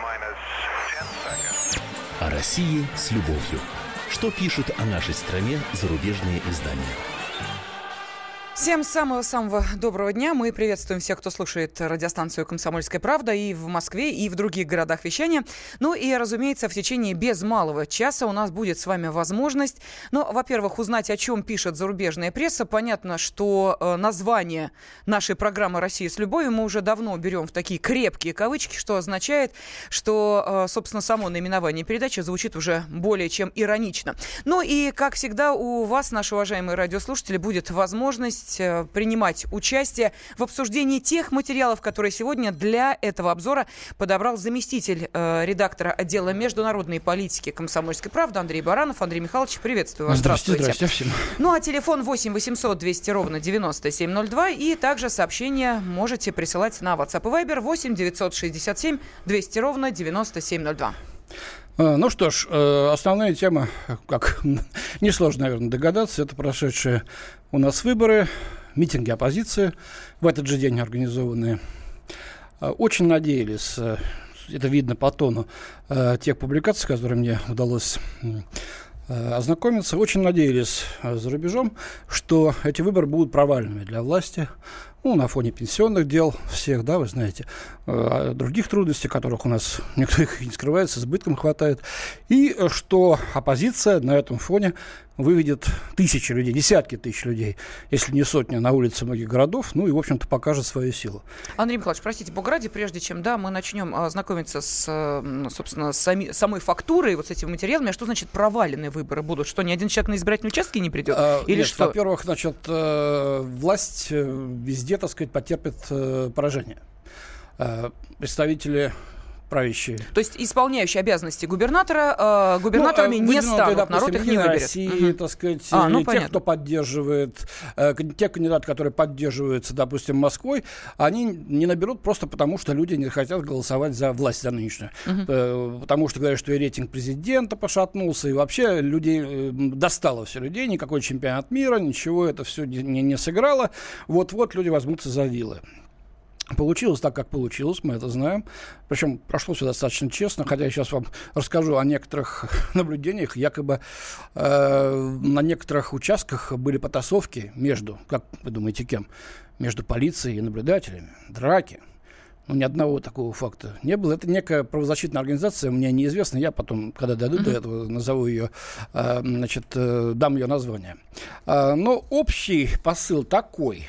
О России с любовью. Что пишут о нашей стране зарубежные издания? Всем самого-самого доброго дня. Мы приветствуем всех, кто слушает радиостанцию «Комсомольская правда» и в Москве, и в других городах вещания. Ну и, разумеется, в течение без малого часа у нас будет с вами возможность, во-первых, узнать, о чем пишет зарубежная пресса. Понятно, что название нашей программы «Россия с любовью» мы уже давно берем в такие крепкие кавычки, что означает, что, собственно, само наименование передачи звучит уже более чем иронично. Ну и, как всегда, у вас, наши уважаемые радиослушатели, будет возможность принимать участие в обсуждении тех материалов, которые сегодня для этого обзора подобрал заместитель редактора отдела международной политики «Комсомольской правды» Андрей Баранов. Андрей Михайлович, приветствую вас. Здравствуйте всем. Ну а телефон 8 800 200 ровно 9702. И также сообщения можете присылать на WhatsApp и Viber 8 967 200 ровно 9702. Ну что ж, основная тема, как несложно, наверное, догадаться, это прошедшие у нас выборы, митинги оппозиции, в этот же день организованные. Очень надеялись, это видно по тону тех публикаций, с которыми мне удалось ознакомиться, очень надеялись за рубежом, что эти выборы будут провальными для власти. На фоне пенсионных дел всех, да, вы знаете, других трудностей, которых у нас никто их не скрывает, с избытком хватает. И что оппозиция на этом фоне выведет тысячи людей, десятки тысяч людей, если не сотни, на улицы многих городов, и, в общем-то, покажет свою силу. Андрей Михайлович, простите, бога ради, прежде чем мы начнем знакомиться с, собственно, самой фактурой, вот с этими материалами, а что значит проваленные выборы будут? Что, ни один человек на избирательные участки не придет? Или нет, что? Во-первых, власть везде, так сказать, потерпит поражение. Представители правящие. То есть исполняющие обязанности губернаторами не станут, народ их не выберет. России, так сказать, тех, кто поддерживает, те кандидаты, которые поддерживаются, допустим, Москвой, они не наберут просто потому, что люди не хотят голосовать за власть, за нынешнюю. Потому что говорят, что и рейтинг президента пошатнулся, и вообще людей достало все людей, никакой чемпионат мира, ничего это все не сыграло. Вот-вот люди возьмутся за вилы. Получилось так, как получилось, мы это знаем. Причем прошло все достаточно честно, хотя я сейчас вам расскажу о некоторых наблюдениях. Якобы на некоторых участках были потасовки между, как вы думаете, кем? Между полицией и наблюдателями. Драки. Ни одного такого факта не было. Это некая правозащитная организация, мне неизвестна. Я потом, когда дойду до этого, назову ее, дам ее название. Но общий посыл такой,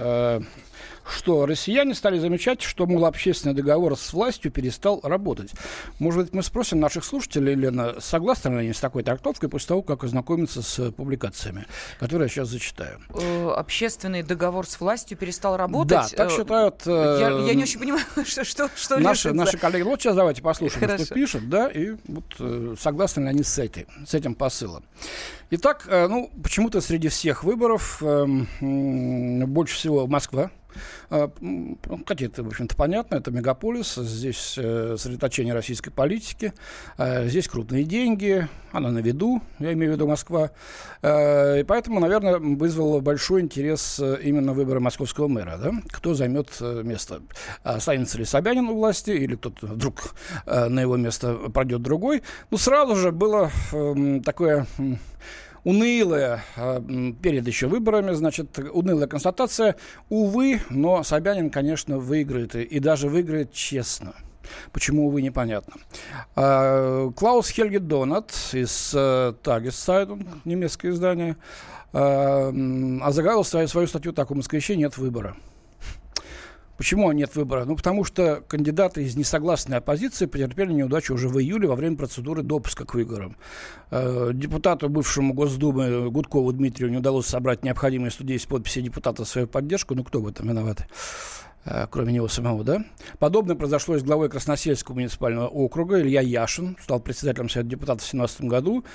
что россияне стали замечать, что, общественный договор с властью перестал работать. Может быть, мы спросим наших слушателей, Лена, согласны ли они с такой трактовкой после того, как ознакомиться с публикациями, которые я сейчас зачитаю. Общественный договор с властью перестал работать? Да, так считают... Я не очень понимаю, что наши коллеги. Вот сейчас давайте послушаем, что пишут, да, и согласны ли они с этим посылом. Итак, почему-то среди всех выборов больше всего Москва. Хотя это, в общем-то, понятно, это мегаполис, здесь сосредоточение российской политики, здесь крупные деньги, она на виду, я имею в виду Москва, и поэтому, наверное, вызвало большой интерес именно выборы московского мэра, да? Кто займет место, останется ли Собянин у власти, или кто-то вдруг на его место пройдет другой. Сразу же было такое... унылая, перед еще выборами, унылая констатация. Увы, но Собянин, конечно, выиграет, и даже выиграет честно. Почему, увы, непонятно. Клаус Хельге Донат из Тагес-Цайтунг, немецкое издание, озаглавил свою статью так: у москвичей нет выбора. Почему нет выбора? Потому что кандидаты из несогласной оппозиции потерпели неудачу уже в июле во время процедуры допуска к выборам. Депутату, бывшему Госдумы Гудкову Дмитрию, не удалось собрать необходимые 110 подписей депутатов в свою поддержку. Кто в этом виноват? Кроме него самого, да? Подобное произошло и с главой Красносельского муниципального округа. Илья Яшин стал председателем Совета депутатов в 2017 году.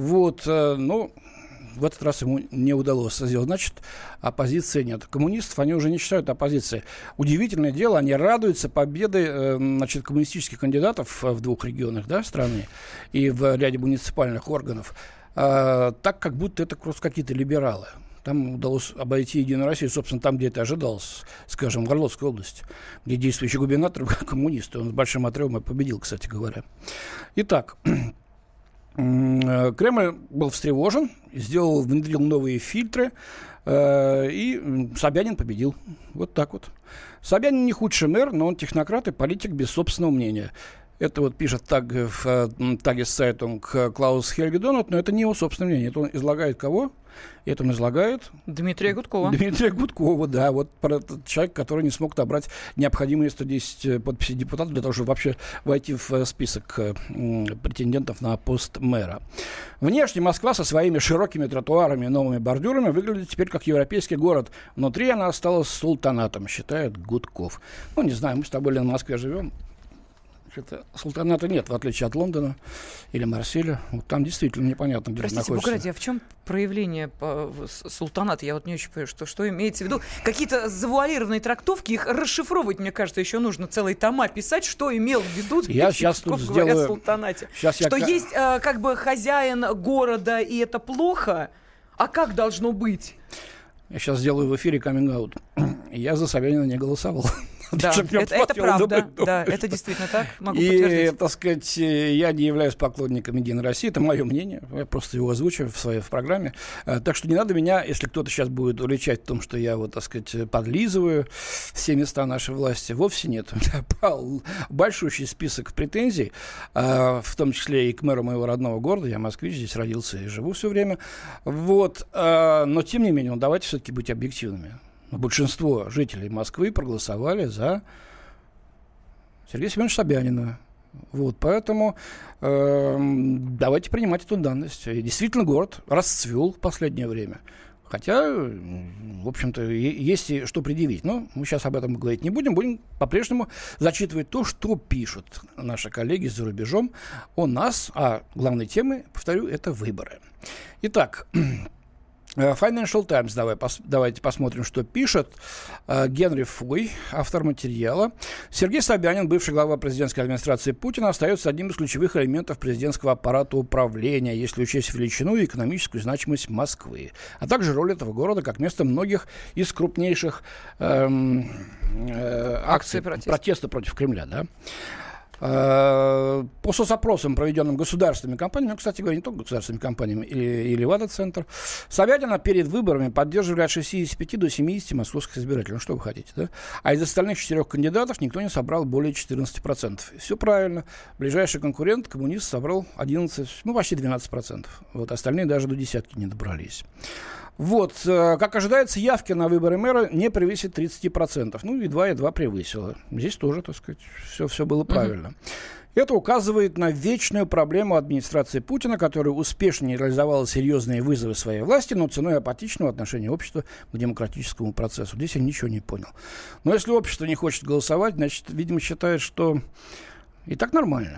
В этот раз ему не удалось сделать. Значит, оппозиции нет. Коммунистов они уже не считают оппозицией. Удивительное дело, они радуются победы коммунистических кандидатов в 2 регионах, да, страны и в ряде муниципальных органов, так, как будто это просто какие-то либералы. Там удалось обойти Единую Россию, собственно, там, где это ожидалось, скажем, в Орловской области, где действующий губернатор коммунист. Он с большим отрывом победил, кстати говоря. Итак, Кремль был встревожен, внедрил новые фильтры, и Собянин победил. Вот так вот. Собянин не худший мэр, но он технократ и политик без собственного мнения. Это вот пишет в Тагес-Цайтунг Клаус Хельгедонат, но это не его собственное мнение. Это он излагает кого? Это он излагает Дмитрия Гудкова. Дмитрия Гудкова, да. Вот про этот человек, который не смог набрать необходимые 110 подписей депутатов для того, чтобы вообще войти в список претендентов на пост мэра. Внешне Москва со своими широкими тротуарами и новыми бордюрами выглядит теперь как европейский город. Внутри она осталась султанатом, считает Гудков. Ну, не знаю, мы с тобой, Лена, в Москве живем. Это султаната нет, в отличие от Лондона или Марселя. Вот там действительно непонятно, где находится. Простите, Бугради, а в чем проявление султаната? Я вот не очень понимаю, что имеется в виду. Какие-то завуалированные трактовки, их расшифровывать, мне кажется, еще нужно целые тома писать, что имел в виду Гудков, говоря о султанате. Что есть как бы хозяин города, и это плохо, а как должно быть? Я сейчас сделаю в эфире каминг-аут. Я за Собянина не голосовал. Да, это правда, да, это действительно так, могу подтвердить. И, так сказать, я не являюсь поклонником Единой России, это мое мнение, я просто его озвучиваю в программе. Так что не надо меня, если кто-то сейчас будет уличать в том, что я, вот, так сказать, подлизываю все места нашей власти, вовсе нет. У меня большущий список претензий, в том числе и к мэру моего родного города, я москвич, здесь родился и живу все время. Вот, но, тем не менее, давайте все-таки быть объективными. Большинство жителей Москвы проголосовали за Сергея Семеновича Собянина. Вот, поэтому давайте принимать эту данность. И действительно, город расцвел в последнее время. Хотя, в общем-то, есть и что предъявить. Но мы сейчас об этом говорить не будем. Будем по-прежнему зачитывать то, что пишут наши коллеги за рубежом о нас. А главной темой, повторю, это выборы. Итак, Financial Times, давайте посмотрим, что пишет Генри Фой, автор материала. Сергей Собянин, бывший глава президентской администрации Путина, остается одним из ключевых элементов президентского аппарата управления, если учесть величину и экономическую значимость Москвы, а также роль этого города как место многих из крупнейших акций протеста против Кремля. Да? По соцопросам, проведенным государственными компаниями, кстати говоря, не только государственными компаниями, и Левада-центр, Собянина перед выборами поддерживали от 65 до 70 московских избирателей. Ну, что вы хотите, да? А из остальных 4 кандидатов никто не собрал более 14%. Все правильно. Ближайший конкурент, коммунист, собрал 11, почти 12%. Вот остальные даже до десятки не добрались. Вот, как ожидается, явки на выборы мэра не превысит 30%. Ну, едва превысило. Здесь тоже, так сказать, все было правильно. Это указывает на вечную проблему администрации Путина, которая успешно не реализовала серьезные вызовы своей власти, но ценой апатичного отношения общества к демократическому процессу. Здесь я ничего не понял. Но если общество не хочет голосовать, значит, видимо, считает, что и так нормально.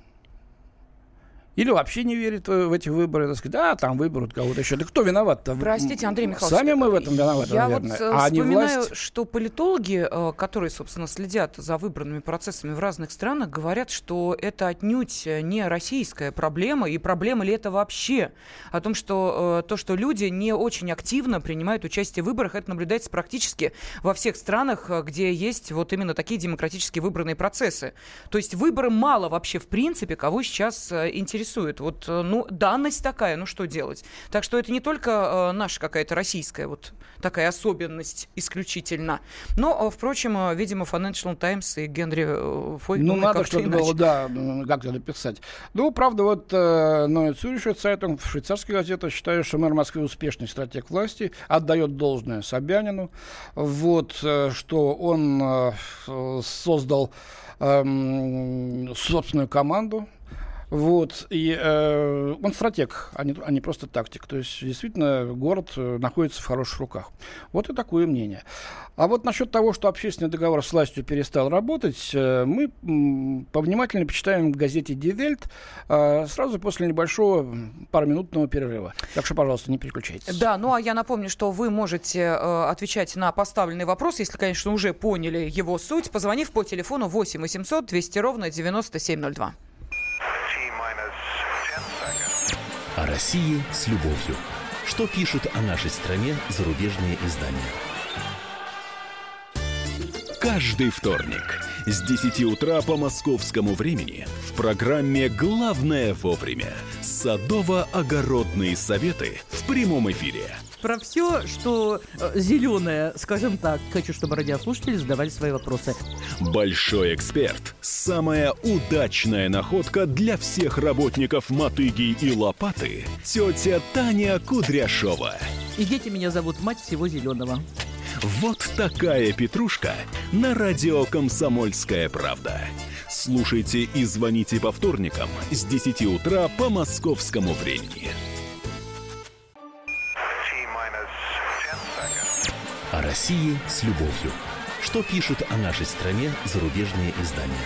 Или вообще не верит в эти выборы, так сказать, да, там выберут кого-то еще. Да кто виноват-то? Простите, Андрей Михайлович. Сами мы в этом виноваты, наверное. Я вот вспоминаю, что политологи, которые, собственно, следят за выборными процессами в разных странах, говорят, что это отнюдь не российская проблема, и проблема ли это вообще? О том, что то, что люди не очень активно принимают участие в выборах, это наблюдается практически во всех странах, где есть вот именно такие демократически выбранные процессы. То есть выборы мало вообще, в принципе, кого сейчас интересует. Вот, данность такая, что делать? Так что это не только наша какая-то российская вот такая особенность исключительно. Но, впрочем, видимо, Financial Times и Генри Фой надо что-то было, да, как-то написать. Правда, вот Neue Zürcher Zeitung, швейцарская газета, считает, что мэр Москвы успешный стратег власти, отдает должное Собянину, вот, что он создал собственную команду. Вот, и он стратег, а не просто тактик. То есть, действительно, город находится в хороших руках. Вот и такое мнение. А вот насчет того, что общественный договор с властью перестал работать, мы повнимательнее почитаем в газете Die Welt сразу после небольшого пароминутного перерыва. Так что, пожалуйста, не переключайтесь. Да, а я напомню, что вы можете отвечать на поставленный вопрос, если, конечно, уже поняли его суть, позвонив по телефону 8 800 200 ровно 9702. О России с любовью. Что пишут о нашей стране зарубежные издания? Каждый вторник с 10 утра по московскому времени в программе «Главное вовремя» садово-огородные советы в прямом эфире. Про все, что зеленое, скажем так. Хочу, чтобы радиослушатели задавали свои вопросы. Большой эксперт. Самая удачная находка для всех работников мотыги и лопаты. Тетя Таня Кудряшова. И дети меня зовут мать всего зеленого. Вот такая петрушка на радио «Комсомольская правда». Слушайте и звоните по вторникам с 10 утра по московскому времени. О России с любовью. Что пишут о нашей стране зарубежные издания?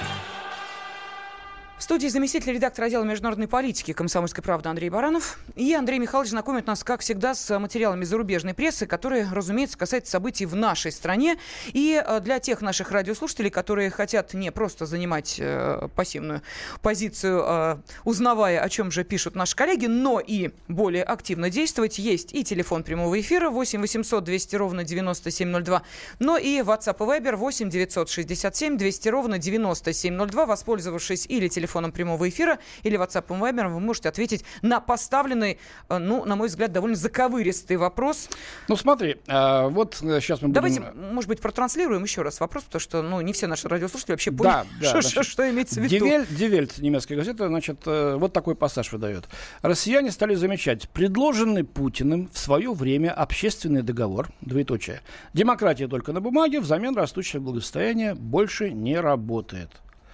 В студии заместитель редактора отдела международной политики «Комсомольской правды» Андрей Баранов. И Андрей Михайлович знакомит нас, как всегда, с материалами зарубежной прессы, которые, разумеется, касаются событий в нашей стране. И для тех наших радиослушателей, которые хотят не просто занимать пассивную позицию, узнавая, о чем же пишут наши коллеги, но и более активно действовать, есть и телефон прямого эфира 8 800 200 ровно 9702, но и WhatsApp и Viber 8 967 200 ровно 9702. Воспользовавшись или телефоном прямого эфира, или WhatsApp и Viber, вы можете ответить на поставленный, на мой взгляд, довольно заковыристый вопрос. Ну, смотри, вот сейчас мы будем... Давайте, может быть, протранслируем еще раз вопрос, потому что, не все наши радиослушатели вообще поняли, что имеется в виду. Die Welt, немецкая газета, значит, вот такой пассаж выдает. Россияне стали замечать: предложенный Путиным в свое время общественный договор, двоеточие, демократия только на бумаге, взамен растущее благосостояние больше не работает.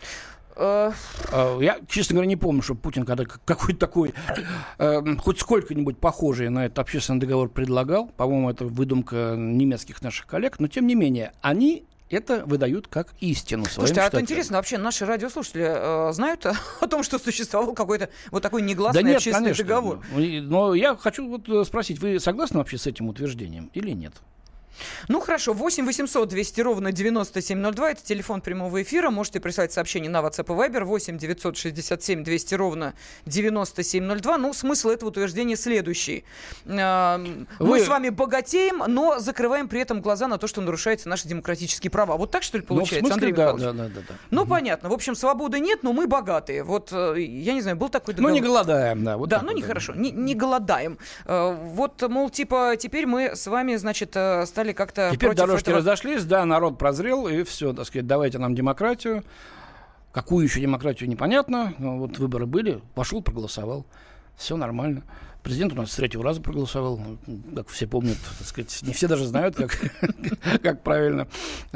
Я, честно говоря, не помню, что Путин когда какой-то такой хоть сколько-нибудь похожий на этот общественный договор предлагал. По-моему, это выдумка немецких наших коллег. Но, тем не менее, они это выдают как истину своим читателям. Слушайте, а это интересно, вообще наши радиослушатели знают о том, что существовал какой-то вот такой негласный общественный договор? Но я хочу вот спросить, вы согласны вообще с этим утверждением или нет? Ну, хорошо. 8 800 200 ровно 9702. Это телефон прямого эфира. Можете прислать сообщение на WhatsApp и Viber 8 967 200 ровно 9702. Ну, смысл этого утверждения следующий. Мы с вами богатеем, но закрываем при этом глаза на то, что нарушаются наши демократические права. Вот так, что ли, получается, Андрей Михайлович? Да. Ну, понятно. В общем, свободы нет, но мы богатые. Вот, я не знаю, был такой договор. Ну, не голодаем, да. Вот да, ну, нехорошо. Не голодаем. Вот, мол, типа, теперь мы с вами, значит, стали как-то теперь против дорожки этого... разошлись, да, народ прозрел, и все, так сказать, давайте нам демократию. Какую еще демократию, непонятно. Но вот выборы были, пошел, проголосовал. Все нормально. Президент у нас с 3-го раза проголосовал. Как все помнят, так сказать, не все даже знают, как правильно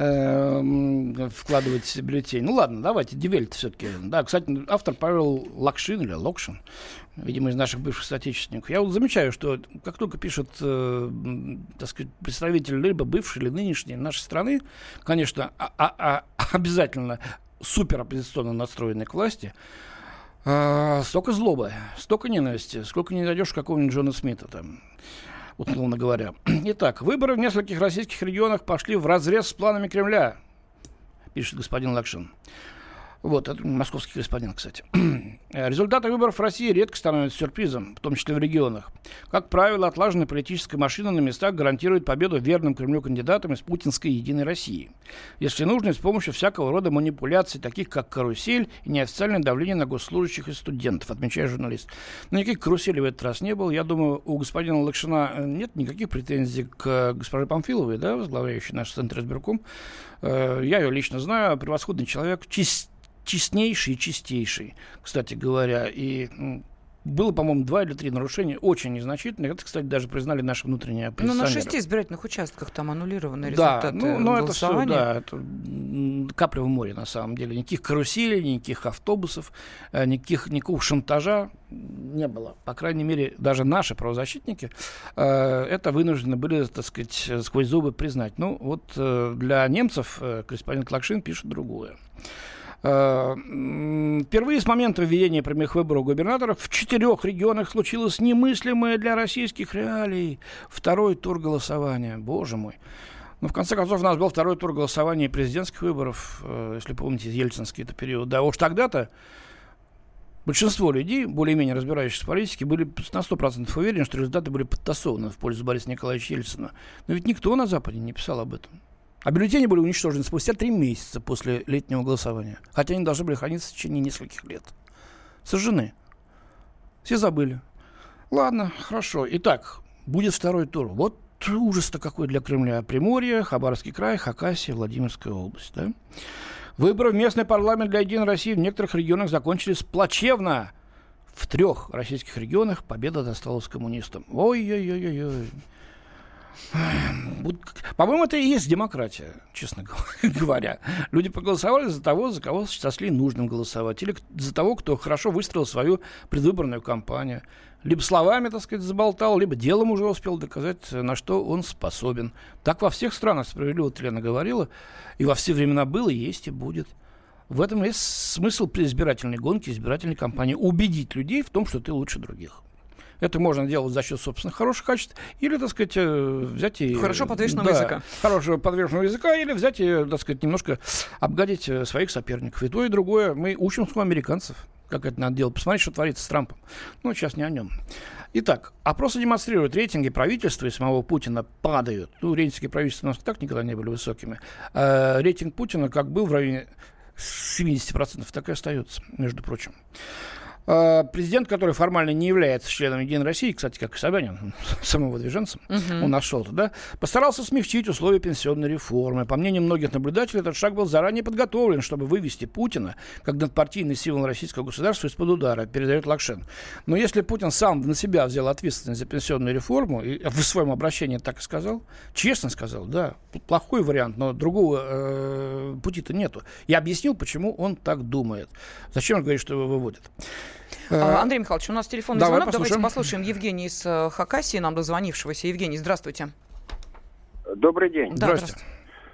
вкладывать бюллетень. Ну ладно, давайте, Die Welt все-таки. Да, кстати, автор Павел Лакшин или Локшин, видимо, из наших бывших соотечественников. Я вот замечаю, что как только пишет, так сказать, представитель либо бывшей, или нынешней нашей страны, конечно, обязательно супероппозиционно настроенной к власти, столько злобы, столько ненависти, сколько не найдешь какого-нибудь Джона Смита там, условно говоря. Итак, выборы в нескольких российских регионах пошли вразрез с планами Кремля, пишет господин Лакшин. Вот, это московский корреспондент, кстати. Результаты выборов в России редко становятся сюрпризом, в том числе в регионах. Как правило, отлаженная политическая машина на местах гарантирует победу верным Кремлю кандидатам из путинской «Единой России». Если нужно, с помощью всякого рода манипуляций, таких как карусель и неофициальное давление на госслужащих и студентов, отмечает журналист. Но никаких каруселей в этот раз не было. Я думаю, у господина Лакшина нет никаких претензий к госпоже Памфиловой, да, возглавляющей наш Центр избирком. Я ее лично знаю, превосходный человек, честнейший и чистейший, кстати говоря. И было, по-моему, 2 или 3 нарушения, очень незначительных. Это, кстати, даже признали наши внутренние оппозиционеры. Ну, на 6 избирательных участках там аннулированы результаты голосования. Да, это все, да, это капля в море, на самом деле. Никаких каруселей, никаких автобусов, никакого шантажа не было. По крайней мере, даже наши правозащитники это вынуждены были, так сказать, сквозь зубы признать. Ну, вот для немцев корреспондент Лакшин пишет другое. Впервые с момента введения прямых выборов губернаторов в 4 регионах случилось немыслимое для российских реалий второй тур голосования. Боже мой. Ну, в конце концов, у нас был второй тур голосования президентских выборов, если помните, ельцинский это период. Да, уж тогда-то Большинство людей, более-менее разбирающихся в политике, были на 100% уверены, что результаты были подтасованы в пользу Бориса Николаевича Ельцина. Но ведь никто на Западе не писал об этом. А бюллетени были уничтожены спустя 3 месяца после летнего голосования. Хотя они должны были храниться в течение нескольких лет. Сожжены. Все забыли. Ладно, хорошо. Итак, будет второй тур. Вот ужас-то какой для Кремля. Приморье, Хабаровский край, Хакасия, Владимирская область. Да? Выборы в местный парламент для «Единой России» в некоторых регионах закончились плачевно. В 3 российских регионах победа досталась коммунистам. Ой-ой-ой-ой-ой. По-моему, это и есть демократия, честно говоря. Люди проголосовали за того, за кого сочли нужным голосовать. Или за того, кто хорошо выстроил свою предвыборную кампанию. Либо словами, так сказать, заболтал, либо делом уже успел доказать, на что он способен. Так во всех странах, справедливо Лена говорила, и во все времена было, есть и будет. В этом есть смысл при избирательной гонке, избирательной кампании. Убедить людей в том, что ты лучше других. Это можно делать за счет собственных хороших качеств, или, так сказать, взять и... Хорошо подвешенного языка. Хорошего подвешенного языка, или взять и, так сказать, немножко обгадить своих соперников. И то, и другое. Мы учимся у американцев, как это надо делать. Посмотрите, что творится с Трампом. Ну, сейчас не о нем. Итак, опросы демонстрируют, рейтинги правительства и самого Путина падают. Ну, рейтинги правительства у нас так никогда не были высокими. Рейтинг Путина как был в районе 70%, так и остается, между прочим. Президент, который формально не является членом «Единой России», кстати, как и Собянин, самым выдвиженцем, он нашел-то, да, постарался смягчить условия пенсионной реформы. По мнению многих наблюдателей, этот шаг был заранее подготовлен, чтобы вывести Путина, как надпартийный символ российского государства, из-под удара, передает Лакшин. Но если Путин сам на себя взял ответственность за пенсионную реформу, и в своем обращении так и сказал, честно сказал, да, плохой вариант, но другого пути-то нету. Я объяснил, почему он так думает. Зачем он говорит, что его выводит? Андрей Михайлович, у нас телефонный звонок. Давайте послушаем Евгения из Хакасии, нам дозвонившегося. Евгений, здравствуйте. Добрый день. Да, здравствуйте.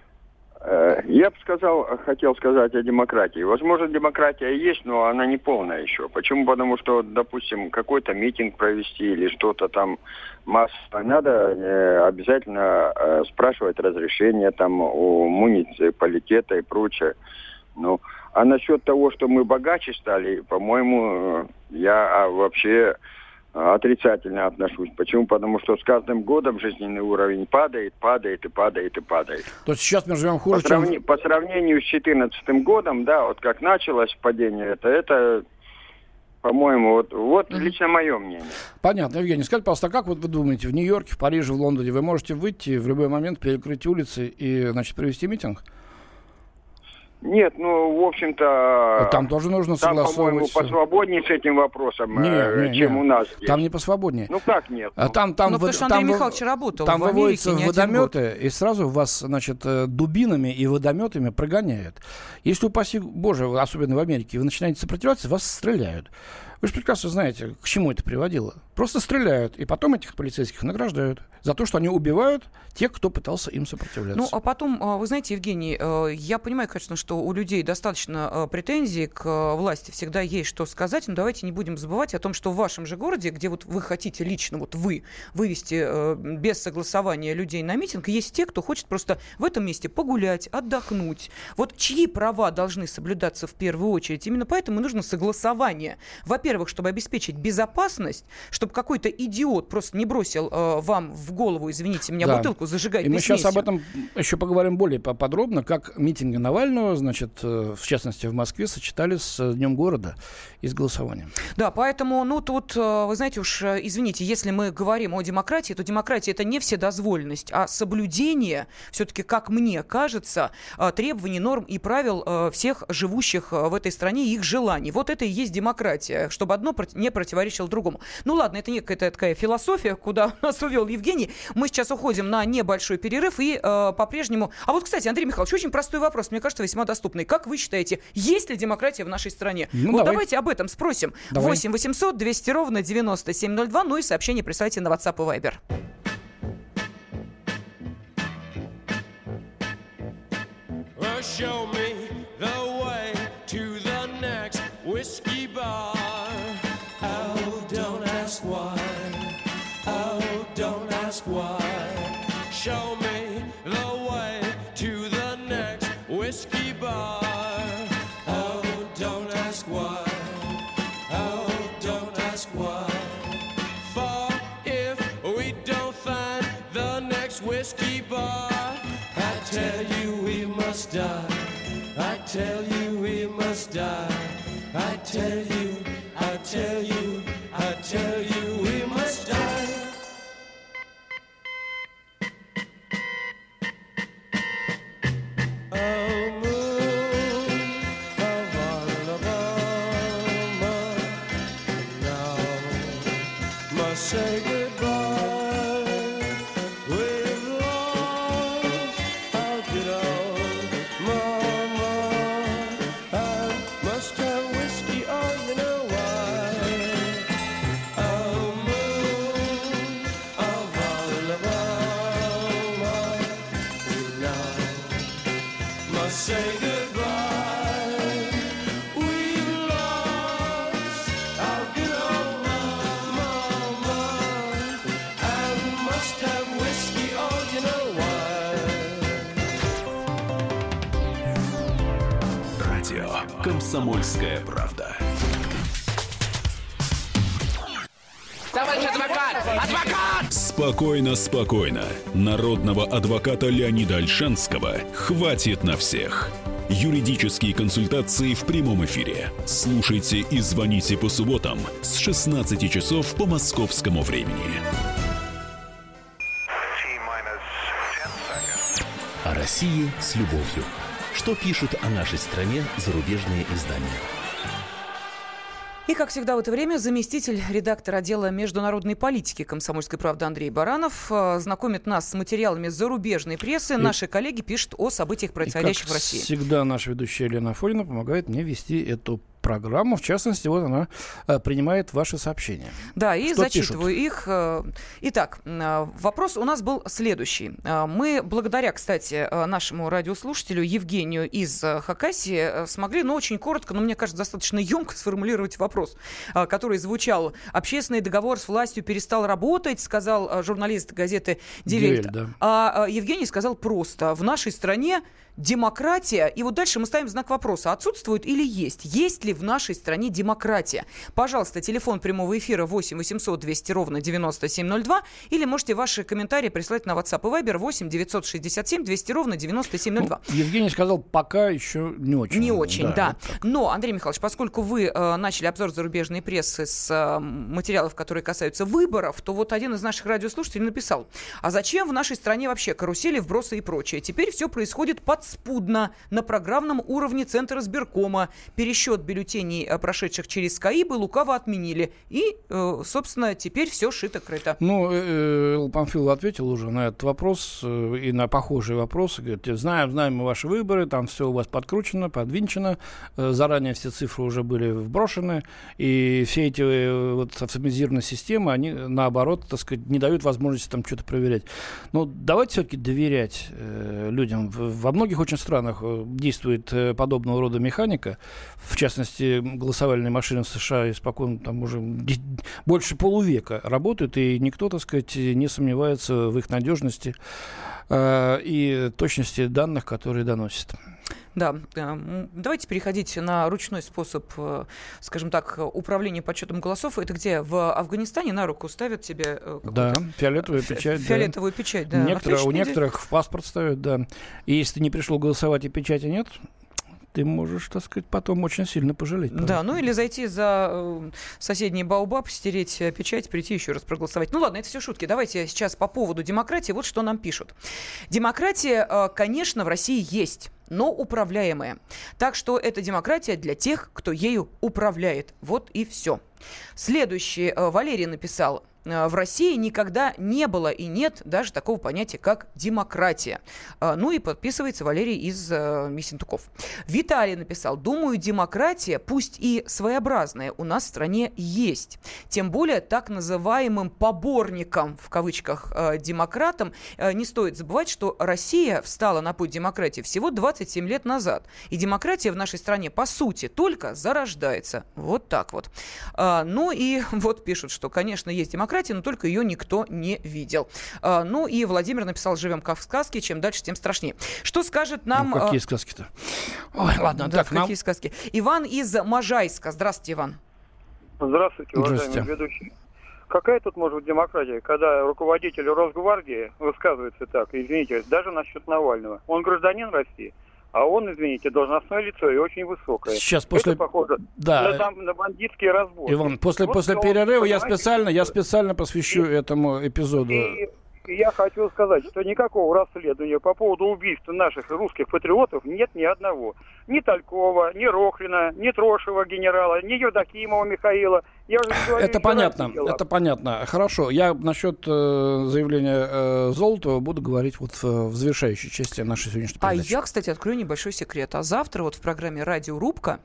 Я бы хотел сказать о демократии. Возможно, демократия есть, но она не полная еще. Почему? Потому что, допустим, какой-то митинг провести или что-то там массово надо обязательно спрашивать разрешение там у муниципалитета и прочее. Ну, а насчет того, что мы богаче стали, по-моему, я вообще отрицательно отношусь. Почему? Потому что с каждым годом жизненный уровень падает. То есть сейчас мы живем хуже, по сравнению с 2014 годом, да, вот как началось падение, это по-моему, вот лично мое мнение. Понятно. Евгений, скажите, пожалуйста, как вот вы думаете, в Нью-Йорке, в Париже, в Лондоне вы можете выйти в любой момент, перекрыть улицы и, значит, провести митинг? Нет, ну, в общем-то... Там тоже нужно согласовывать. Там, по-моему, посвободнее с этим вопросом, чем у нас здесь. Там не посвободнее. Ну, как нет? Потому что Андрей Михайлович работал там в Америке выводятся водометы, и сразу вас, значит, дубинами и водометами прогоняют. Если, упаси Боже, особенно в Америке, вы начинаете сопротивляться, вас стреляют. Вы же прекрасно знаете, к чему это приводило. Просто стреляют, и потом этих полицейских награждают за то, что они убивают тех, кто пытался им сопротивляться. Ну, а потом, вы знаете, Евгений, я понимаю, конечно, что у людей достаточно претензий к власти, всегда есть что сказать, но давайте не будем забывать о том, что в вашем же городе, где вот вы хотите лично, вот вы, вывести без согласования людей на митинг, есть те, кто хочет просто в этом месте погулять, отдохнуть. Вот чьи права должны соблюдаться в первую очередь? Именно поэтому нужно согласование. Во-первых, чтобы обеспечить безопасность, чтобы какой-то идиот просто не бросил вам в голову, извините меня, бутылку зажигательной смесью. И мы сейчас об этом еще поговорим более подробно, как митинги Навального, значит, в частности, в Москве, сочетались с Днем города и с голосованием. Да, поэтому, ну, тут, вы знаете, уж, извините, если мы говорим о демократии, то демократия — это не вседозволенность, а соблюдение, все-таки, как мне кажется, требований, норм и правил всех живущих в этой стране и их желаний. Вот это и есть демократия, чтобы одно не противоречило другому. Ну, ладно, это некая такая философия, куда нас увел Евгений. Мы сейчас уходим на небольшой перерыв и по-прежнему... А вот, кстати, Андрей Михайлович, очень простой вопрос, мне кажется, весьма доступный. Как вы считаете, есть ли демократия в нашей стране? Ну, вот давайте об этом спросим. 8 800 200 ровно 9702. Ну и сообщение присылайте на WhatsApp и Viber. Show me the way to the next whiskey bar. Oh, don't ask why. Oh, don't ask why. Show me the way to the next whiskey bar. Oh, don't ask why. tell you we must die. I tell you, I tell you, I tell you we must die. Oh, moon of Alabama, now must say goodbye. We've lost our good old mama. I must have whiskey, oh, you know why. Oh, moon of Alabama, now must say goodbye. We've lost our good old mama, and must have whiskey, oh, you know why. Радио «Комсомольская правда». Товарищ адвокат! Адвокат! Спокойно, спокойно. Народного адвоката Леонида Ольшанского хватит на всех. Юридические консультации в прямом эфире. Слушайте и звоните по субботам с 16 часов по московскому времени. О России с любовью. Что пишут о нашей стране зарубежные издания? И, как всегда в это время, заместитель редактора отдела международной политики «Комсомольской правды» Андрей Баранов знакомит нас с материалами зарубежной прессы. Наши коллеги пишут о событиях, происходящих в России. Всегда наша ведущая Елена Афонина помогает мне вести эту программу. В частности, вот она принимает ваши сообщения. Да, и что зачитываю их. Итак, вопрос у нас был следующий. Мы, благодаря, кстати, нашему радиослушателю Евгению из Хакасии, смогли, очень коротко, но, мне кажется, достаточно емко сформулировать вопрос, который звучал. Общественный договор с властью перестал работать, сказал журналист газеты «Девельт». Да. А Евгений сказал просто: в нашей стране демократия, и вот дальше мы ставим знак вопроса, отсутствует или есть? Есть ли в нашей стране демократия? Пожалуйста, телефон прямого эфира 8 800 200 ровно 9702, или можете ваши комментарии прислать на WhatsApp и Viber 8 967 200 ровно 9702. Евгений сказал, пока еще не очень. Не очень, да. Вот но, Андрей Михайлович, поскольку вы начали обзор зарубежной прессы с материалов, которые касаются выборов, то вот один из наших радиослушателей написал: а зачем в нашей стране вообще карусели, вбросы и прочее? Теперь все происходит подспудно на программном уровне Центра избиркома. Пересчет бюллетеней, прошедших через КАИБы, лукаво отменили. И, собственно, теперь все шито-крыто. Элла Памфилова ответил уже на этот вопрос и на похожие вопросы. Говорит, знаем мы ваши выборы, там все у вас подкручено, подвинчено, заранее все цифры уже были вброшены, и все эти автоматизированные системы, они, наоборот, так сказать, не дают возможности там что-то проверять. Но давайте все-таки доверять людям. Во многих очень странах действует подобного рода механика. В частности, голосовальные машины в США испокон там уже больше полувека работают, и никто, так сказать, не сомневается в их надежности и точности данных, которые доносят. Да, давайте переходить на ручной способ, скажем так, управления подсчетом голосов. Это где? В Афганистане на руку ставят тебе фиолетовую печать. Фиолетовую печать, да. У некоторых в паспорт ставят, да. И если ты не пришел голосовать и печати нет, ты можешь, так сказать, потом очень сильно пожалеть. Да, или зайти за соседний Баобаб, стереть печать, прийти еще раз проголосовать. Ладно, это все шутки. Давайте сейчас по поводу демократии. Вот что нам пишут. Демократия, конечно, в России есть, но управляемая. Так что это демократия для тех, кто ею управляет. Вот и все. Следующий Валерий написал: в России никогда не было и нет даже такого понятия, как демократия. И подписывается Валерий из Ессентуков. Виталий написал: думаю, демократия, пусть и своеобразная, у нас в стране есть. Тем более так называемым поборникам, в кавычках, демократам, не стоит забывать, что Россия встала на путь демократии всего 27 лет назад. И демократия в нашей стране, по сути, только зарождается. Вот так вот. И вот пишут, что, конечно, есть демократия, но только ее никто не видел. И Владимир написал: живем как в сказке, чем дальше, тем страшнее. Что скажет нам... какие сказки-то? Ой, ладно, да, какие сказки. Иван из Можайска. Здравствуйте, Иван. Здравствуйте, уважаемые ведущие. Какая тут может быть демократия, когда руководитель Росгвардии высказывается так, извините, даже насчет Навального. Он гражданин России, а он, извините, должностное лицо и очень высокое. Сейчас после... Это похоже на бандитские разборки. Иван, после перерыва я специально посвящу этому эпизоду. И я хочу сказать, что никакого расследования по поводу убийства наших русских патриотов нет ни одного. Ни Талькова, ни Рохлина, ни Трошева генерала, ни Евдокимова Михаила. Я уже говорю, это понятно. Хорошо, я насчет заявления Золотова буду говорить вот в завершающей части нашей сегодняшней передачи. А я, кстати, открою небольшой секрет. А завтра вот в программе «Радиорубка»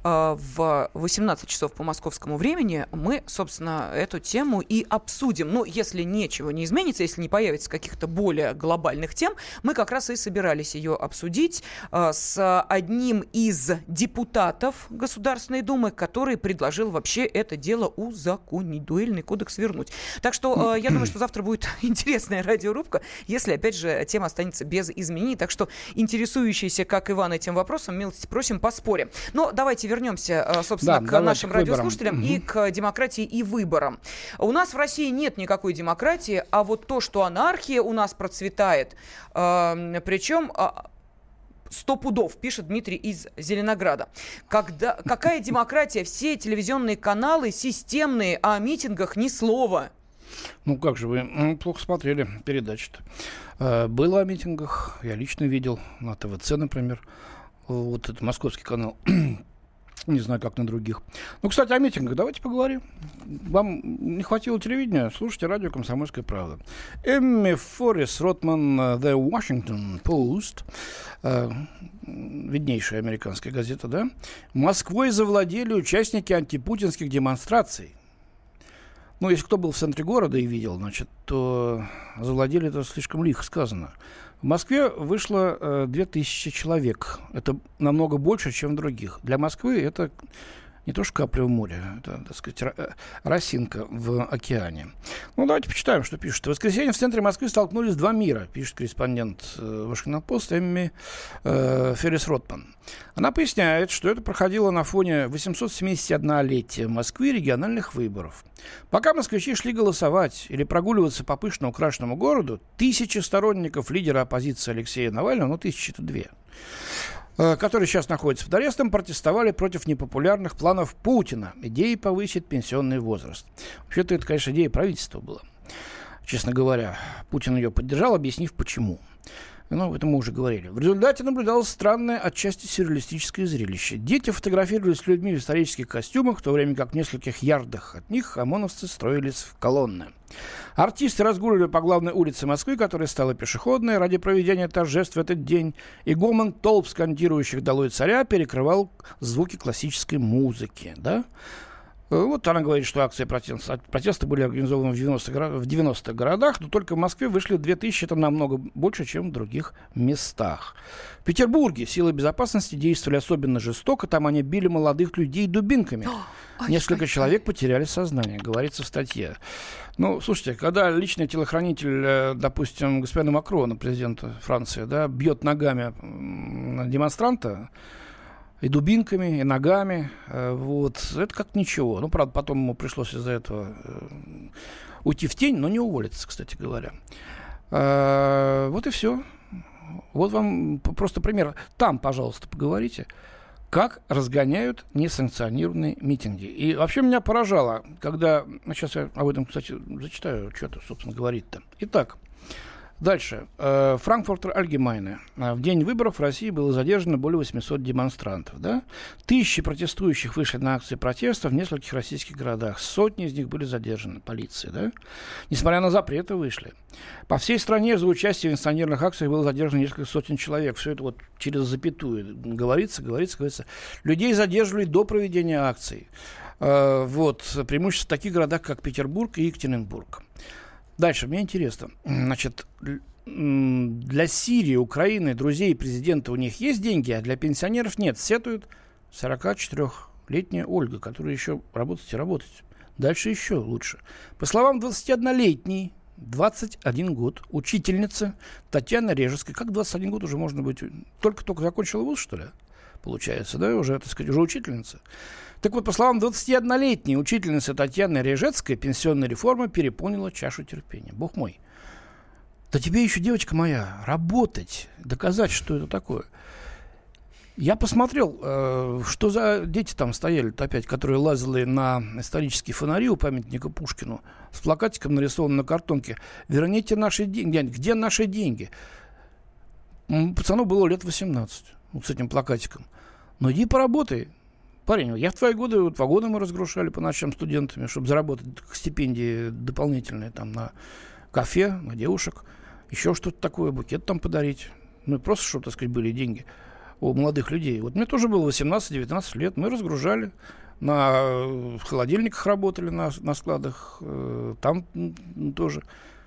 в 18 часов по московскому времени мы, собственно, эту тему и обсудим. Ну, если ничего не изменится, если не появится каких-то более глобальных тем, мы как раз и собирались ее обсудить с одним из депутатов Государственной Думы, который предложил вообще это дело узаконить, дуэльный кодекс вернуть. Так что я думаю, что завтра будет интересная радиорубка, если, опять же, тема останется без изменений. Так что интересующиеся, как Иван, этим вопросом, милости просим, поспорим. Но давайте вернемся, собственно, к нашим радиослушателям и к демократии и выборам. У нас в России нет никакой демократии, а вот то, что анархия у нас процветает, причем... 100 пудов, пишет Дмитрий из Зеленограда. Какая демократия? Все телевизионные каналы системные, а о митингах ни слова. Ну как же вы плохо смотрели передачи-то. Было о митингах, я лично видел на ТВЦ, например. Вот это московский канал. Не знаю, как на других. Ну, кстати, о митингах давайте поговорим. Вам не хватило телевидения? Слушайте радио «Комсомольская правда». Эмми Форрис Ротман, The Washington Post, виднейшая американская газета, да? Москвой завладели участники антипутинских демонстраций. Ну, если кто был в центре города и видел, значит, то завладели, это слишком лихо сказано. В Москве вышло 2000 человек. Это намного больше, чем в других. Для Москвы это не то что капля в море, это, так сказать, росинка в океане. Ну, давайте почитаем, что пишет. В воскресенье в центре Москвы столкнулись два мира, пишет корреспондент Washington Post Эмми Феррис Ротман. Она поясняет, что это проходило на фоне 871-летия Москвы и региональных выборов. Пока москвичи шли голосовать или прогуливаться по пышно украшенному городу, 1000 сторонников лидера оппозиции Алексея Навального, 1002, которые сейчас находятся под арестом, протестовали против непопулярных планов Путина, идеи повысить пенсионный возраст. Вообще-то это, конечно, идея правительства была. Честно говоря, Путин ее поддержал, объяснив почему. Ну, это мы уже говорили. В результате наблюдалось странное, отчасти сюрреалистическое зрелище. Дети фотографировались с людьми в исторических костюмах, в то время как в нескольких ярдах от них ОМОНовцы строились в колонны. Артисты разгуливали по главной улице Москвы, которая стала пешеходной ради проведения торжеств в этот день, и гомон толп, скандирующих «Долой царя», перекрывал звуки классической музыки, да? Вот она говорит, что акции протеста были организованы в 90-х городах, но только в Москве вышли 2000, это намного больше, чем в других местах. В Петербурге силы безопасности действовали особенно жестоко, там они били молодых людей дубинками. Несколько человек потеряли сознание, говорится в статье. Ну, слушайте, когда личный телохранитель, допустим, господина Макрона, президента Франции, да, бьет ногами демонстранта, и дубинками, и ногами. Вот. Это как ничего. Ну, правда, потом ему пришлось из-за этого уйти в тень, но не уволиться, кстати говоря. Вот и все. Вот вам просто пример. Там, пожалуйста, поговорите, как разгоняют несанкционированные митинги. И вообще меня поражало, когда... Сейчас я об этом, кстати, зачитаю, что это, собственно, говорит-то. Итак, дальше. Франкфуртер Альгемайне. В день выборов в России было задержано более 800 демонстрантов. Да? 1000 протестующих вышли на акции протеста в нескольких российских городах. Сотни из них были задержаны полицией. Да? Несмотря на запреты, вышли. По всей стране за участие в инсценированных акциях было задержано несколько сотен человек. Все это вот через запятую говорится. Людей задерживали до проведения акций. Вот. Преимущество в таких городах, как Петербург и Екатеринбург. Дальше, мне интересно, значит, для Сирии, Украины, друзей президента у них есть деньги, а для пенсионеров нет. Сетует 44-летняя Ольга, которая еще работать и работать. Дальше еще лучше. По словам 21-летней, 21 год, учительницы Татьяны Режецкой. Как 21 год уже можно быть? Только-только закончила вуз, что ли? Получается, да? Уже, так сказать, уже учительница. Так вот, по словам 21-летней учительницы Татьяны Режецкой, пенсионная реформа переполнила чашу терпения. Бог мой. Да тебе еще, девочка моя, работать, доказать, что это такое. Я посмотрел, что за дети там стояли опять, которые лазили на исторические фонари у памятника Пушкину с плакатиком, нарисованным на картонке. «Верните наши деньги». Где наши деньги? Пацану было лет 18 вот с этим плакатиком. Ну иди поработай. Парень, я в твои годы, 2 года мы разгрушали по ночам студентами, чтобы заработать стипендии дополнительные там на кафе, на девушек, еще что-то такое, букет там подарить. Ну просто, чтобы, так сказать, были деньги у молодых людей. Вот мне тоже было 18-19 лет, мы разгружали, в холодильниках работали на складах, там тоже.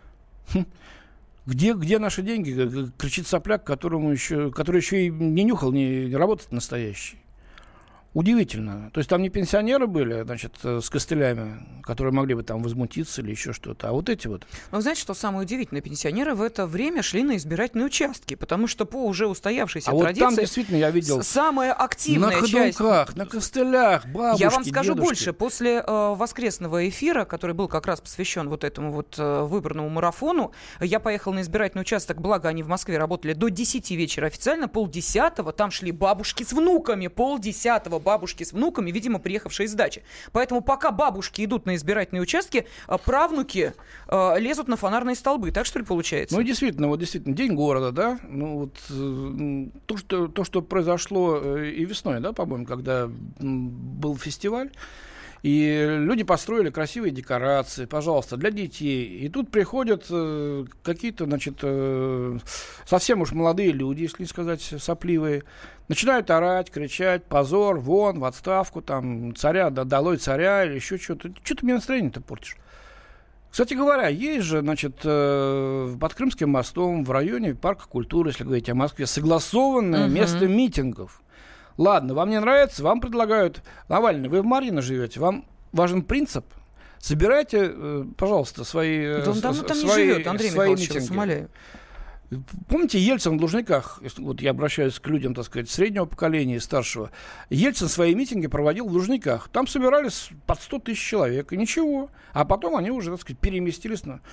Где наши деньги? Кричит сопляк, который еще и не нюхал, не работает настоящий. Удивительно. То есть там не пенсионеры были, значит, с костылями, которые могли бы там возмутиться или еще что-то, а вот эти вот. Но знаете, что самое удивительное? Пенсионеры в это время шли на избирательные участки, потому что по уже устоявшейся традиции... вот там действительно я видел... Самая активная часть... На ходунках, на костылях, бабушки, Я вам скажу дедушки. больше. После воскресного эфира, который был как раз посвящен вот этому вот выборному марафону, я поехал на избирательный участок, благо они в Москве работали до 10 вечера официально, 9:30 там шли бабушки с внуками, 9:30 бабушки с внуками, видимо, приехавшие из дачи. Поэтому пока бабушки идут на избирательные участки, правнуки лезут на фонарные столбы. Так что ли получается? Ну, действительно, день города, да? Ну, вот то, что произошло и весной, да, по-моему, когда был фестиваль, и люди построили красивые декорации, пожалуйста, для детей. И тут приходят какие-то, значит, совсем уж молодые люди, если не сказать сопливые, начинают орать, кричать: позор, вон, в отставку, там, царя, долой царя, или еще что-то. Что ты мне настроение-то портишь? Кстати говоря, есть же, значит, под Крымским мостом в районе Парка культуры, если говорить о Москве, согласованное место митингов. Ладно, вам не нравится, вам предлагают: Навальный, вы в Марьино живете, вам важен принцип, собирайте, пожалуйста, свои да он давно там не живет, Андрей Михайлович, я вас умоляю. Помните, Ельцин в Лужниках, вот я обращаюсь к людям, так сказать, среднего поколения и старшего, Ельцин свои митинги проводил в Лужниках. Там собирались под 100 тысяч человек, и ничего. А потом они уже, так сказать, переместились на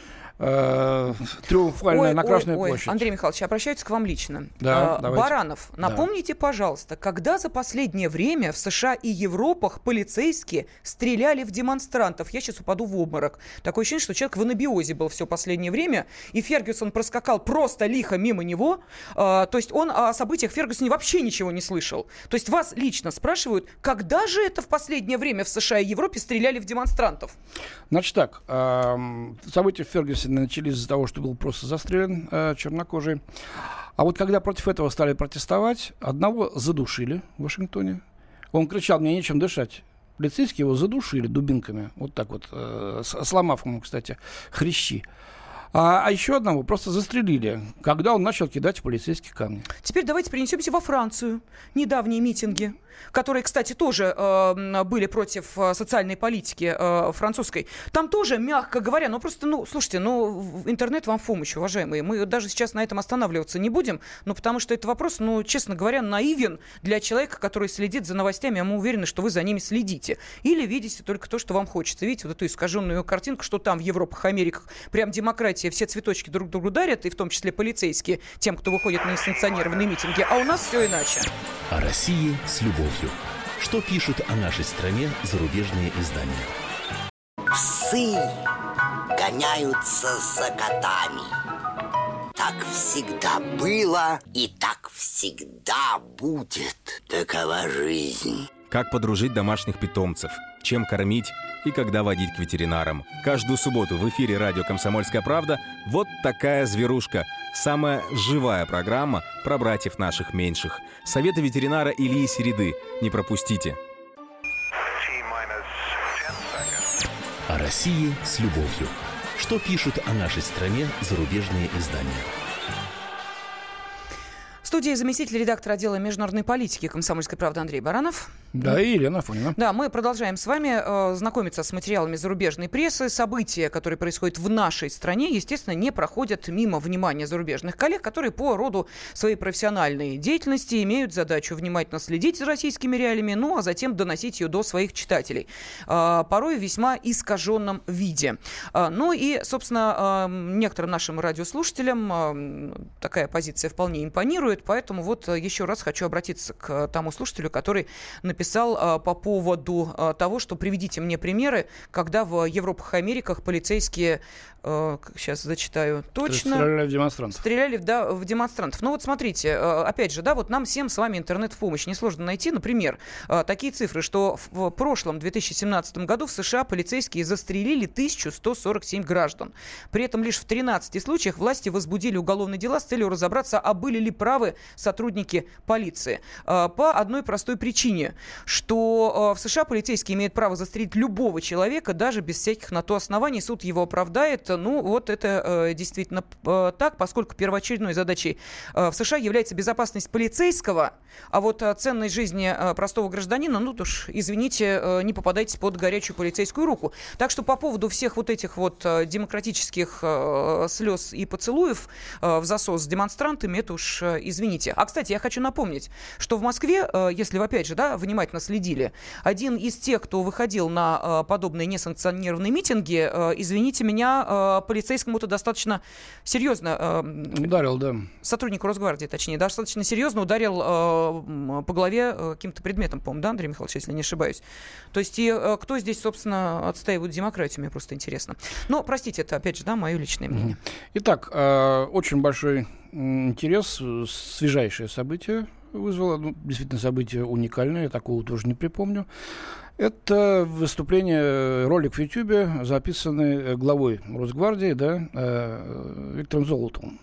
триумфально на Красную площадь. Андрей Михайлович, обращаются к вам лично. Да, Баранов, напомните, пожалуйста, когда за последнее время в США и Европах полицейские стреляли в демонстрантов? Я сейчас упаду в обморок. Такое ощущение, что человек в анабиозе был все последнее время, и Фергюсон проскакал просто лихо мимо него. То есть он о событиях в Фергюсоне вообще ничего не слышал. То есть вас лично спрашивают, когда же это в последнее время в США и Европе стреляли в демонстрантов? Значит так, события в Фергюсоне начались из-за того, что был просто застрелен чернокожий. А вот когда против этого стали протестовать, одного задушили в Вашингтоне. Он кричал: мне нечем дышать. Полицейские его задушили дубинками. Вот так вот, сломав ему, кстати, хрящи. А еще одного просто застрелили, когда он начал кидать в полицейские камни. Теперь давайте перенесемся во Францию. Недавние митинги, которые, кстати, тоже были против социальной политики французской. Там тоже, мягко говоря, просто, слушайте, интернет вам в помощь, уважаемые. Мы даже сейчас на этом останавливаться не будем, потому что это вопрос, честно говоря, наивен для человека, который следит за новостями, а мы уверены, что вы за ними следите. Или видите только то, что вам хочется. Видите вот эту искаженную картинку, что там в Европах, Америках прям демократия, все цветочки друг другу дарят, и в том числе полицейские, тем, кто выходит на несанкционированные митинги. А у нас все иначе. О России с любовью. Что пишут о нашей стране зарубежные издания? Псы гоняются за котами. Так всегда было и так всегда будет. Такова жизнь. Как подружить домашних питомцев, чем кормить и когда водить к ветеринарам. Каждую субботу в эфире радио «Комсомольская правда» вот такая зверушка. Самая живая программа про братьев наших меньших. Советы ветеринара Ильи Середы. Не пропустите. О России с любовью. Что пишут о нашей стране зарубежные издания? В студии заместитель редактора отдела международной политики «Комсомольской правды» Андрей Баранов. Да, и Елена Афонина. Да, мы продолжаем с вами знакомиться с материалами зарубежной прессы. События, которые происходят в нашей стране, естественно, не проходят мимо внимания зарубежных коллег, которые по роду своей профессиональной деятельности имеют задачу внимательно следить за российскими реалиями, ну а затем доносить ее до своих читателей. Порой в весьма искаженном виде. Ну и, собственно, некоторым нашим радиослушателям такая позиция вполне импонирует, поэтому вот еще раз хочу обратиться к тому слушателю, который написал по поводу того, что приведите мне примеры, когда в Европах и Америках полицейские, сейчас зачитаю точно... Стреляли в демонстрантов. Стреляли в демонстрантов. Ну вот смотрите, опять же, да, вот нам всем с вами интернет в помощь. Несложно найти, например, такие цифры, что в прошлом 2017 году в США полицейские застрелили 1147 граждан. При этом лишь в 13 случаях власти возбудили уголовные дела с целью разобраться, а были ли правы сотрудники полиции. По одной простой причине, что в США полицейские имеют право застрелить любого человека, даже без всяких на то оснований. Суд его оправдает. Ну, вот это действительно так, поскольку первоочередной задачей в США является безопасность полицейского, а вот ценность жизни простого гражданина, ну, уж, извините, не попадайте под горячую полицейскую руку. Так что по поводу всех вот этих вот демократических слез и поцелуев в засос с демонстрантами, это уж извините. А, кстати, я хочу напомнить, что в Москве, если вы, опять же, да, внимательно следили, один из тех, кто выходил на подобные несанкционированные митинги, извините меня, полицейскому-то достаточно серьезно... Ударил, да. Сотруднику Росгвардии, точнее, достаточно серьезно ударил по голове каким-то предметом, по-моему, да, Андрей Михайлович, если не ошибаюсь. То есть и кто здесь, собственно, отстаивает демократию, мне просто интересно. Но, простите, это, опять же, да, мое личное мнение. Итак, очень большой интерес, свежайшее событие вызвало, ну, действительно, событие уникальное, я такого тоже не припомню. Это выступление, ролик в Ютьюбе, записанный главой Росгвардии, да, Виктором Золотовым,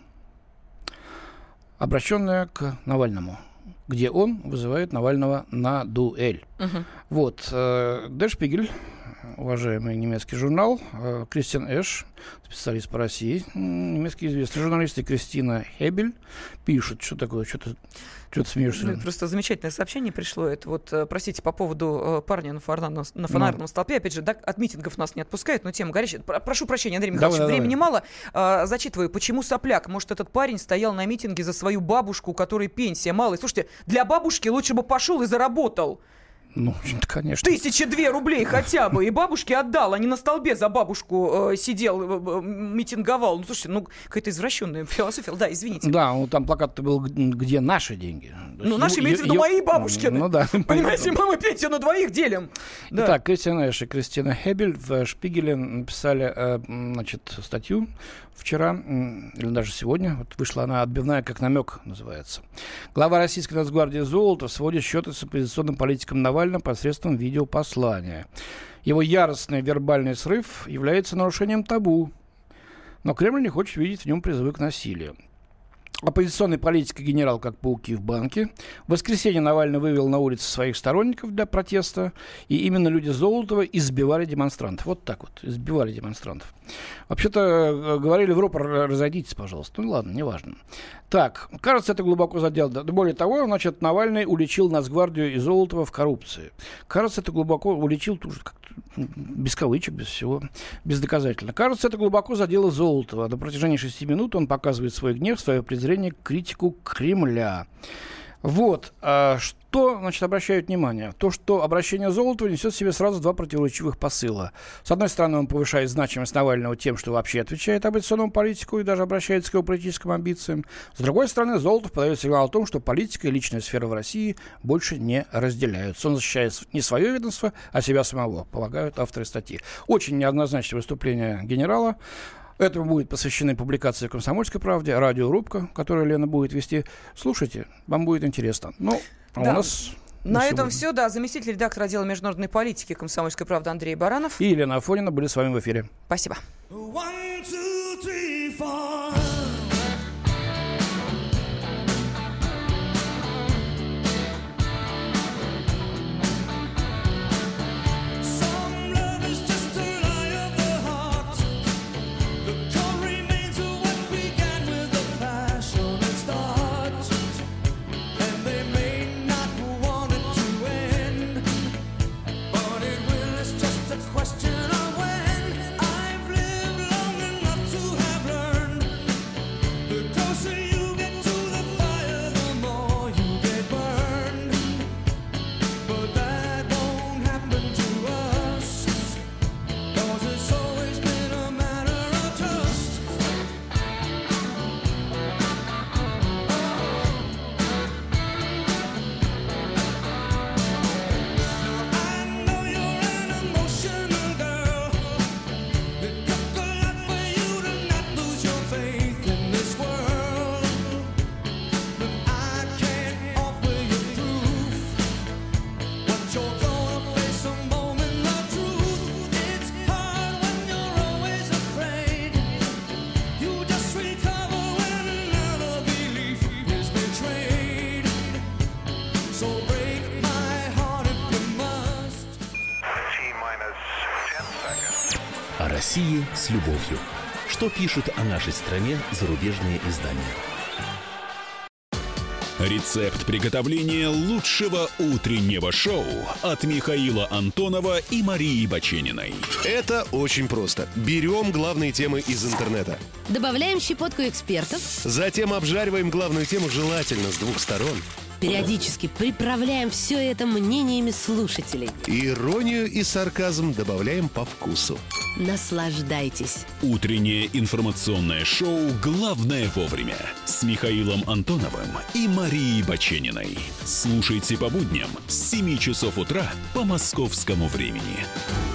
обращенное к Навальному, где он вызывает Навального на дуэль. Вот, Der Spiegel, уважаемый немецкий журнал, Кристиан Эш, специалист по России, немецкий известный журналист, и Кристина Хебель пишут, что такое, что ты смеешься? Просто замечательное сообщение пришло. Это вот, простите, по поводу парня на фонарном столпе. Опять же, да, от митингов нас не отпускают, но тема горячая. Прошу прощения, Андрей Михайлович, времени мало. Зачитываю. Почему сопляк? Может, этот парень стоял на митинге за свою бабушку, у которой пенсия малая. Слушайте, для бабушки лучше бы пошел и заработал. Ну, конечно. 1002 рублей хотя бы. И бабушке отдал, а не на столбе за бабушку сидел, митинговал. Ну, слушайте, ну, какая-то извращенная философия. Да, извините. Да, ну, там плакат-то был, где наши деньги. Ну, наши имеется в виду мои бабушкины. Ну, да. Понимаете, мы пенсию на двоих делим. Да. Итак, Кристиан Эш и Кристина Хебель в Шпигеле написали, значит, статью вчера, или даже сегодня, вот вышла она, «Отбивная как намек» называется. Глава российской Нацгвардии Золотов сводит счеты с оппозиционным политиком Навальным посредством видеопослания. Его яростный вербальный срыв является нарушением табу, но Кремль не хочет видеть в нем призывы к насилию. Оппозиционный политик и генерал как пауки в банке. В воскресенье Навальный вывел на улицы своих сторонников для протеста, и именно люди Золотова избивали демонстрантов. Вот так вот, избивали демонстрантов. Вообще-то говорили в рупор: разойдитесь, пожалуйста. Ну ладно, неважно. Так, кажется, это глубоко задело. Более того, значит, Навальный уличил Нацгвардию и Золотова в коррупции. Кажется, это глубоко уличил, тоже как-то без кавычек, без всего, бездоказательно. Кажется, это глубоко задело Золотова. На протяжении 6 минут он показывает свой гнев, свое презрение к критику Кремля. Вот, что, значит, обращают внимание? То, что обращение Золотова несет в себе сразу два противоречивых посыла. С одной стороны, он повышает значимость Навального тем, что вообще отвечает оппозиционному политику и даже обращается к его политическим амбициям. С другой стороны, Золотов подает сигнал о том, что политика и личная сфера в России больше не разделяются. Он защищает не свое ведомство, а себя самого, полагают авторы статьи. Очень неоднозначное выступление генерала. Этому будет посвящены публикации в «Комсомольской правде», радиорубка, которую Лена будет вести. Слушайте, вам будет интересно. Ну, а да. У нас... На этом все, да. Заместитель редактора отдела международной политики «Комсомольской правды» Андрей Баранов и Елена Афонина были с вами в эфире. Спасибо. 1, 2, 3, 4. О России с любовью. Что пишут о нашей стране зарубежные издания? Рецепт приготовления лучшего утреннего шоу от Михаила Антонова и Марии Бачениной. Это очень просто. Берем главные темы из интернета. Добавляем щепотку экспертов. Затем обжариваем главную тему желательно с двух сторон. Периодически приправляем все это мнениями слушателей. Иронию и сарказм добавляем по вкусу. Наслаждайтесь. Утреннее информационное шоу «Главное вовремя» с Михаилом Антоновым и Марией Бачениной. Слушайте по будням с 7 часов утра по московскому времени.